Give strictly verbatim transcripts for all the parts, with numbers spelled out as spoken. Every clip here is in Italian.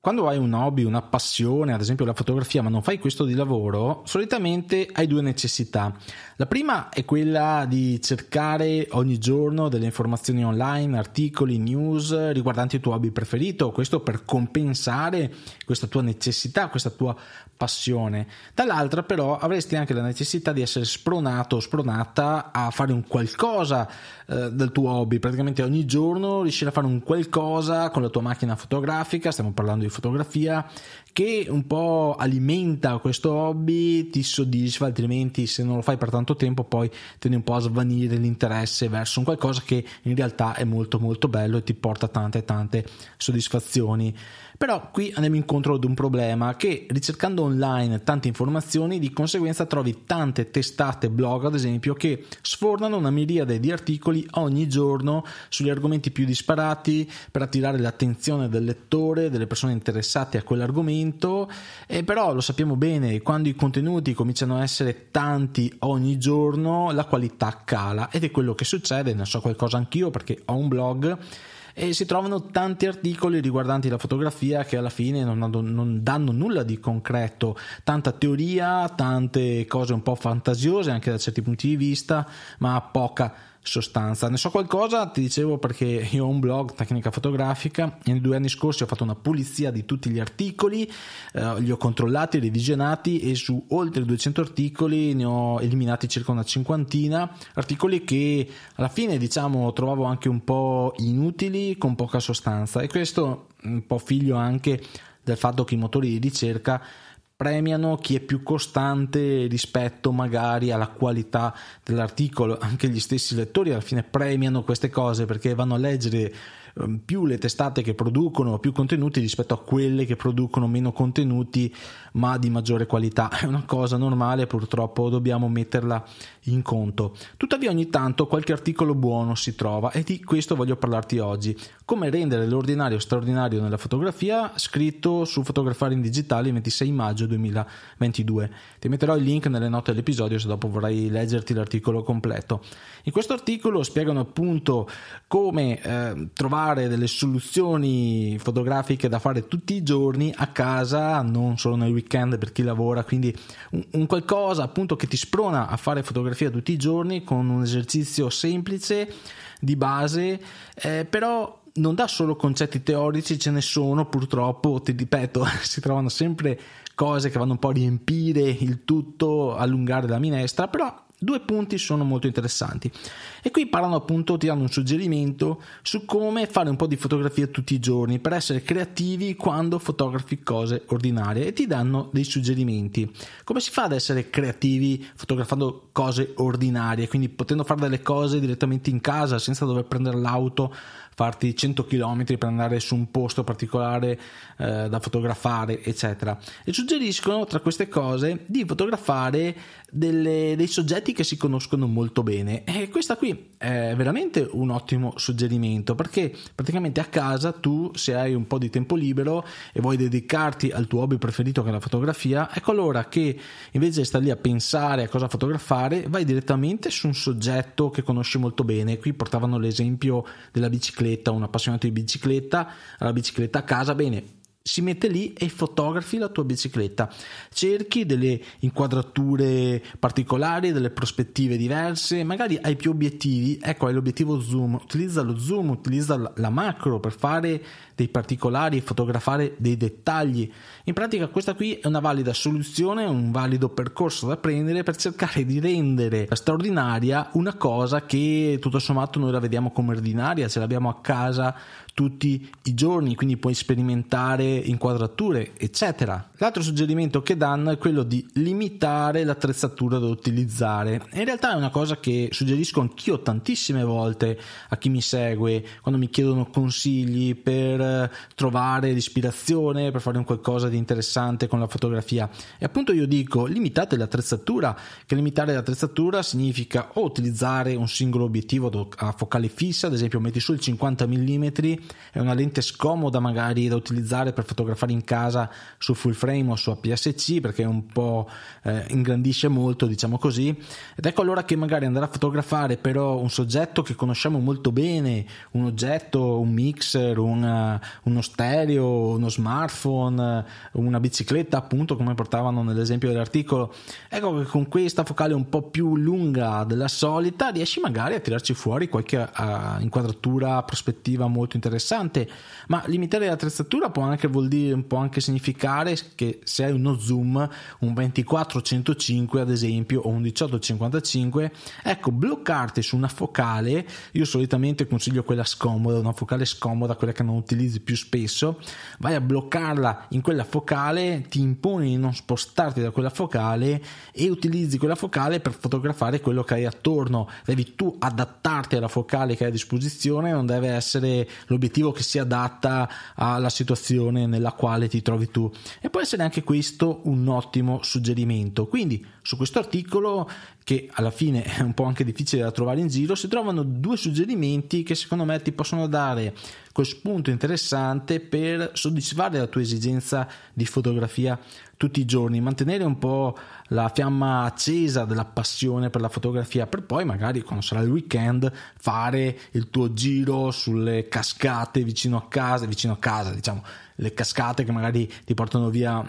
quando hai un hobby, una passione, ad esempio la fotografia, ma non fai questo di lavoro, solitamente hai due necessità. La prima è quella di cercare ogni giorno delle informazioni online, articoli, news riguardanti il tuo hobby preferito, questo per compensare questa tua necessità, questa tua passione. Dall'altra però avresti anche la necessità di essere spronato o spronata a fare un qualcosa eh, del tuo hobby. Praticamente ogni giorno riuscire a fare un qualcosa con la tua macchina fotografica, stiamo parlando di fotografia, che un po' alimenta questo hobby, ti soddisfa, altrimenti se non lo fai per tanto tempo poi tendi un po' a svanire l'interesse verso un qualcosa che in realtà è molto molto bello e ti porta tante tante soddisfazioni. Però qui andiamo incontro ad un problema, che ricercando online tante informazioni di conseguenza trovi tante testate blog ad esempio che sfornano una miriade di articoli ogni giorno sugli argomenti più disparati per attirare l'attenzione del lettore, delle persone interessate a quell'argomento. E però lo sappiamo bene, quando i contenuti cominciano a essere tanti ogni giorno la qualità cala, ed è quello che succede. Ne so qualcosa anch'io perché ho un blog e si trovano tanti articoli riguardanti la fotografia che alla fine non, hanno, non danno nulla di concreto, tanta teoria, tante cose un po' fantasiose anche da certi punti di vista, ma poca sostanza. Ne so qualcosa, ti dicevo, perché io ho un blog Tecnica Fotografica e nei due anni scorsi ho fatto una pulizia di tutti gli articoli, eh, li ho controllati, revisionati e su oltre duecento articoli ne ho eliminati circa una cinquantina, articoli che alla fine diciamo trovavo anche un po' inutili, con poca sostanza, e questo un po' figlio anche del fatto che i motori di ricerca premiano chi è più costante rispetto magari alla qualità dell'articolo. Anche gli stessi lettori alla fine premiano queste cose perché vanno a leggere più le testate che producono più contenuti rispetto a quelle che producono meno contenuti ma di maggiore qualità. È una cosa normale, purtroppo dobbiamo metterla in conto. Tuttavia ogni tanto qualche articolo buono si trova e di questo voglio parlarti oggi: come rendere l'ordinario straordinario nella fotografia, scritto su Fotografare in Digitale il ventisei maggio duemilaventidue. Ti metterò il link nelle note dell'episodio se dopo vorrai leggerti l'articolo completo. In questo articolo spiegano appunto come eh, trovare delle soluzioni fotografiche da fare tutti i giorni a casa, non solo nel weekend per chi lavora, quindi un, un qualcosa appunto che ti sprona a fare fotografia tutti i giorni con un esercizio semplice di base, eh, però non dà solo concetti teorici, ce ne sono purtroppo, ti ripeto, si trovano sempre cose che vanno un po' a riempire il tutto, allungare la minestra, però due punti sono molto interessanti e qui parlano appunto, ti danno un suggerimento su come fare un po' di fotografia tutti i giorni per essere creativi quando fotografi cose ordinarie, e ti danno dei suggerimenti. Come si fa ad essere creativi fotografando cose ordinarie, quindi potendo fare delle cose direttamente in casa senza dover prendere l'auto, farti cento chilometri per andare su un posto particolare eh, da fotografare, eccetera. E suggeriscono tra queste cose di fotografare delle, dei soggetti che si conoscono molto bene, e questa qui è veramente un ottimo suggerimento, perché praticamente a casa tu, se hai un po' di tempo libero e vuoi dedicarti al tuo hobby preferito che è la fotografia, ecco allora che invece di stare lì a pensare a cosa fotografare vai direttamente su un soggetto che conosci molto bene. Qui portavano l'esempio della bicicletta, un appassionato di bicicletta, la bicicletta a casa, bene, si mette lì e fotografi la tua bicicletta, cerchi delle inquadrature particolari, delle prospettive diverse, magari hai più obiettivi, ecco hai l'obiettivo zoom, utilizza lo zoom, utilizza la macro per fare dei particolari, fotografare dei dettagli. In pratica questa qui è una valida soluzione, un valido percorso da prendere per cercare di rendere straordinaria una cosa che tutto sommato noi la vediamo come ordinaria, ce l'abbiamo a casa tutti i giorni, quindi puoi sperimentare inquadrature, eccetera. L'altro suggerimento che danno è quello di limitare l'attrezzatura da utilizzare. In realtà è una cosa che suggerisco anch'io tantissime volte a chi mi segue quando mi chiedono consigli per trovare l'ispirazione, per fare un qualcosa di interessante con la fotografia. E appunto io dico limitate l'attrezzatura, che limitare l'attrezzatura significa o utilizzare un singolo obiettivo a focale fissa, ad esempio metti su il cinquanta millimetri è una lente scomoda magari da utilizzare per fotografare in casa su full frame o su A P S C, perché un po' eh, ingrandisce molto, diciamo così, ed ecco allora che magari andare a fotografare però un soggetto che conosciamo molto bene, un oggetto, un mixer, una, uno stereo, uno smartphone, una bicicletta appunto, come portavano nell'esempio dell'articolo, ecco che con questa focale un po' più lunga della solita riesci magari a tirarci fuori qualche uh, inquadratura prospettiva molto interessante. Ma limitare l'attrezzatura può anche vuol dire un po' anche significare che se hai uno zoom, un ventiquattro centocinque ad esempio o un diciotto cinquantacinque, ecco, bloccarti su una focale, io solitamente consiglio quella scomoda, una focale scomoda, quella che non utilizzi più spesso, vai a bloccarla in quella focale, ti imponi di non spostarti da quella focale e utilizzi quella focale per fotografare quello che hai attorno. Devi tu adattarti alla focale che hai a disposizione, non deve essere l'obiettivo che si adatta alla situazione nella quale ti trovi tu, e può essere anche questo un ottimo suggerimento. Quindi su questo articolo, che alla fine è un po' anche difficile da trovare in giro, si trovano due suggerimenti che secondo me ti possono dare quel spunto interessante per soddisfare la tua esigenza di fotografia tutti i giorni, mantenere un po' la fiamma accesa della passione per la fotografia, per poi magari quando sarà il weekend fare il tuo giro sulle cascate vicino a casa, vicino a casa diciamo, le cascate che magari ti portano via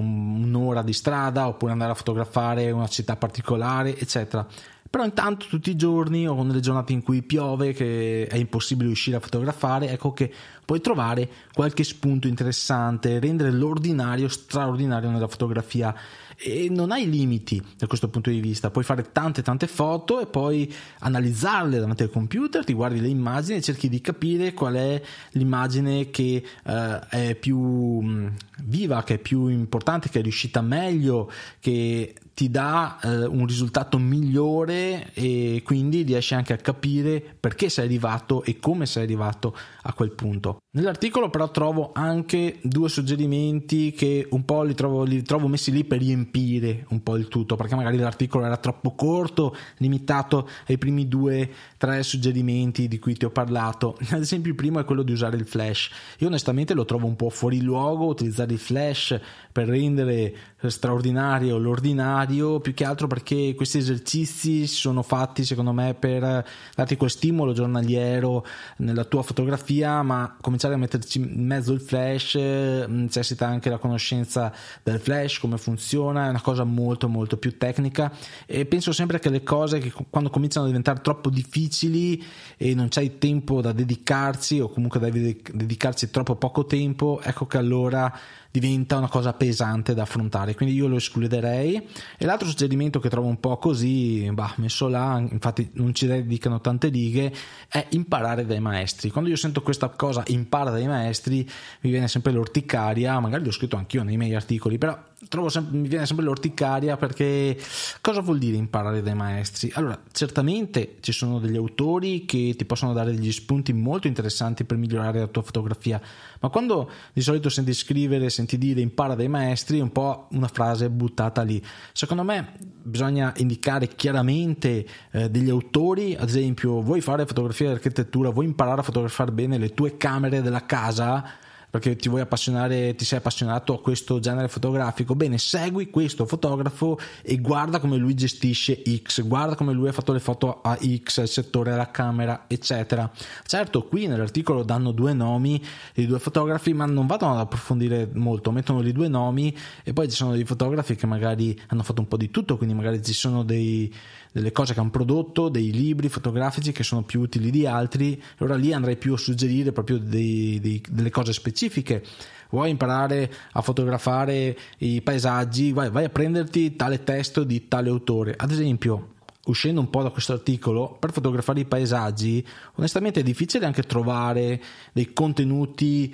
un'ora di strada, oppure andare a fotografare una città particolare, eccetera. Però intanto tutti i giorni o nelle giornate in cui piove, che è impossibile uscire a fotografare, ecco che puoi trovare qualche spunto interessante, rendere l'ordinario straordinario nella fotografia, e non hai limiti da questo punto di vista. Puoi fare tante tante foto e poi analizzarle davanti al computer, ti guardi le immagini e cerchi di capire qual è l'immagine che eh, è più mh, viva, che è più importante, che è riuscita meglio, che ti dà eh, un risultato migliore, e quindi riesci anche a capire perché sei arrivato e come sei arrivato a quel punto. Nell'articolo però trovo anche due suggerimenti che un po' li trovo, li trovo messi lì per riempire un po' il tutto, perché magari l'articolo era troppo corto, limitato ai primi due tre suggerimenti di cui ti ho parlato. Ad esempio il primo è quello di usare il flash. Io onestamente lo trovo un po' fuori luogo utilizzare il flash per rendere straordinario l'ordinario, più che altro perché questi esercizi sono fatti secondo me per darti quel stimolo giornaliero nella tua fotografia, ma cominciare a metterci in mezzo il flash necessita anche la conoscenza del flash, come funziona, è una cosa molto molto più tecnica, e penso sempre che le cose che quando cominciano a diventare troppo difficili e non c'hai tempo da dedicarci, o comunque devi dedicarci troppo poco tempo, ecco che allora diventa una cosa pesante da affrontare, quindi io lo escluderei. E l'altro suggerimento che trovo un po' così, bah, messo là, infatti non ci dedicano tante righe, è imparare dai maestri. Quando io sento questa cosa, impara dai maestri, mi viene sempre l'orticaria, magari l'ho scritto anch'io nei miei articoli, però trovo sempre, mi viene sempre l'orticaria, perché cosa vuol dire imparare dai maestri? Allora, certamente ci sono degli autori che ti possono dare degli spunti molto interessanti per migliorare la tua fotografia, ma quando di solito senti scrivere, senti dire impara dai maestri, è un po' una frase buttata lì. Secondo me bisogna indicare chiaramente eh, degli autori. Ad esempio, vuoi fare fotografia di architettura, vuoi imparare a fotografare bene le tue camere della casa perché ti vuoi appassionare, ti sei appassionato a questo genere fotografico, bene, segui questo fotografo e guarda come lui gestisce X, guarda come lui ha fatto le foto a X, il settore della camera, eccetera. Certo, qui nell'articolo danno due nomi di due fotografi, ma non vanno ad approfondire molto, mettono i due nomi, e poi ci sono dei fotografi che magari hanno fatto un po' di tutto, quindi magari ci sono dei delle cose che hanno prodotto, dei libri fotografici che sono più utili di altri. Allora lì andrei più a suggerire proprio dei, dei, delle cose specifiche. Vuoi imparare a fotografare i paesaggi, vai, vai a prenderti tale testo di tale autore. Ad esempio, uscendo un po' da questo articolo, per fotografare i paesaggi onestamente è difficile anche trovare dei contenuti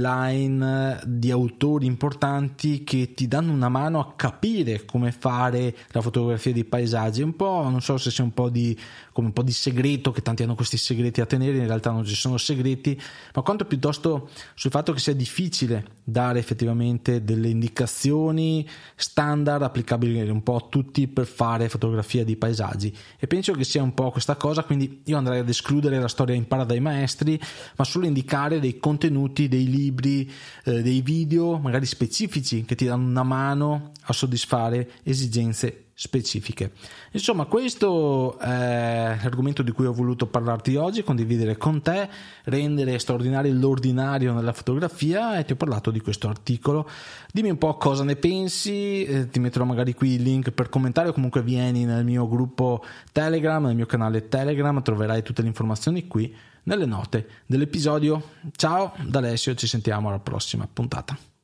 online di autori importanti che ti danno una mano a capire come fare la fotografia dei paesaggi. Un po', non so se sia un po' di come un po' di segreto, che tanti hanno questi segreti a tenere, in realtà non ci sono segreti, ma quanto piuttosto sul fatto che sia difficile dare effettivamente delle indicazioni standard applicabili un po' a tutti per fare fotografia di paesaggi. passaggi, e penso che sia un po' questa cosa, quindi io andrei ad escludere la storia impara dai maestri, ma solo indicare dei contenuti, dei libri, eh, dei video magari specifici che ti danno una mano a soddisfare esigenze specifiche. Insomma, questo è l'argomento di cui ho voluto parlarti oggi, condividere con te, rendere straordinario l'ordinario nella fotografia, e ti ho parlato di questo articolo. Dimmi un po' cosa ne pensi, eh, ti metterò magari qui il link per commentare, o comunque vieni nel mio gruppo Telegram, nel mio canale Telegram, troverai tutte le informazioni qui nelle note dell'episodio. Ciao da Alessio, ci sentiamo alla prossima puntata.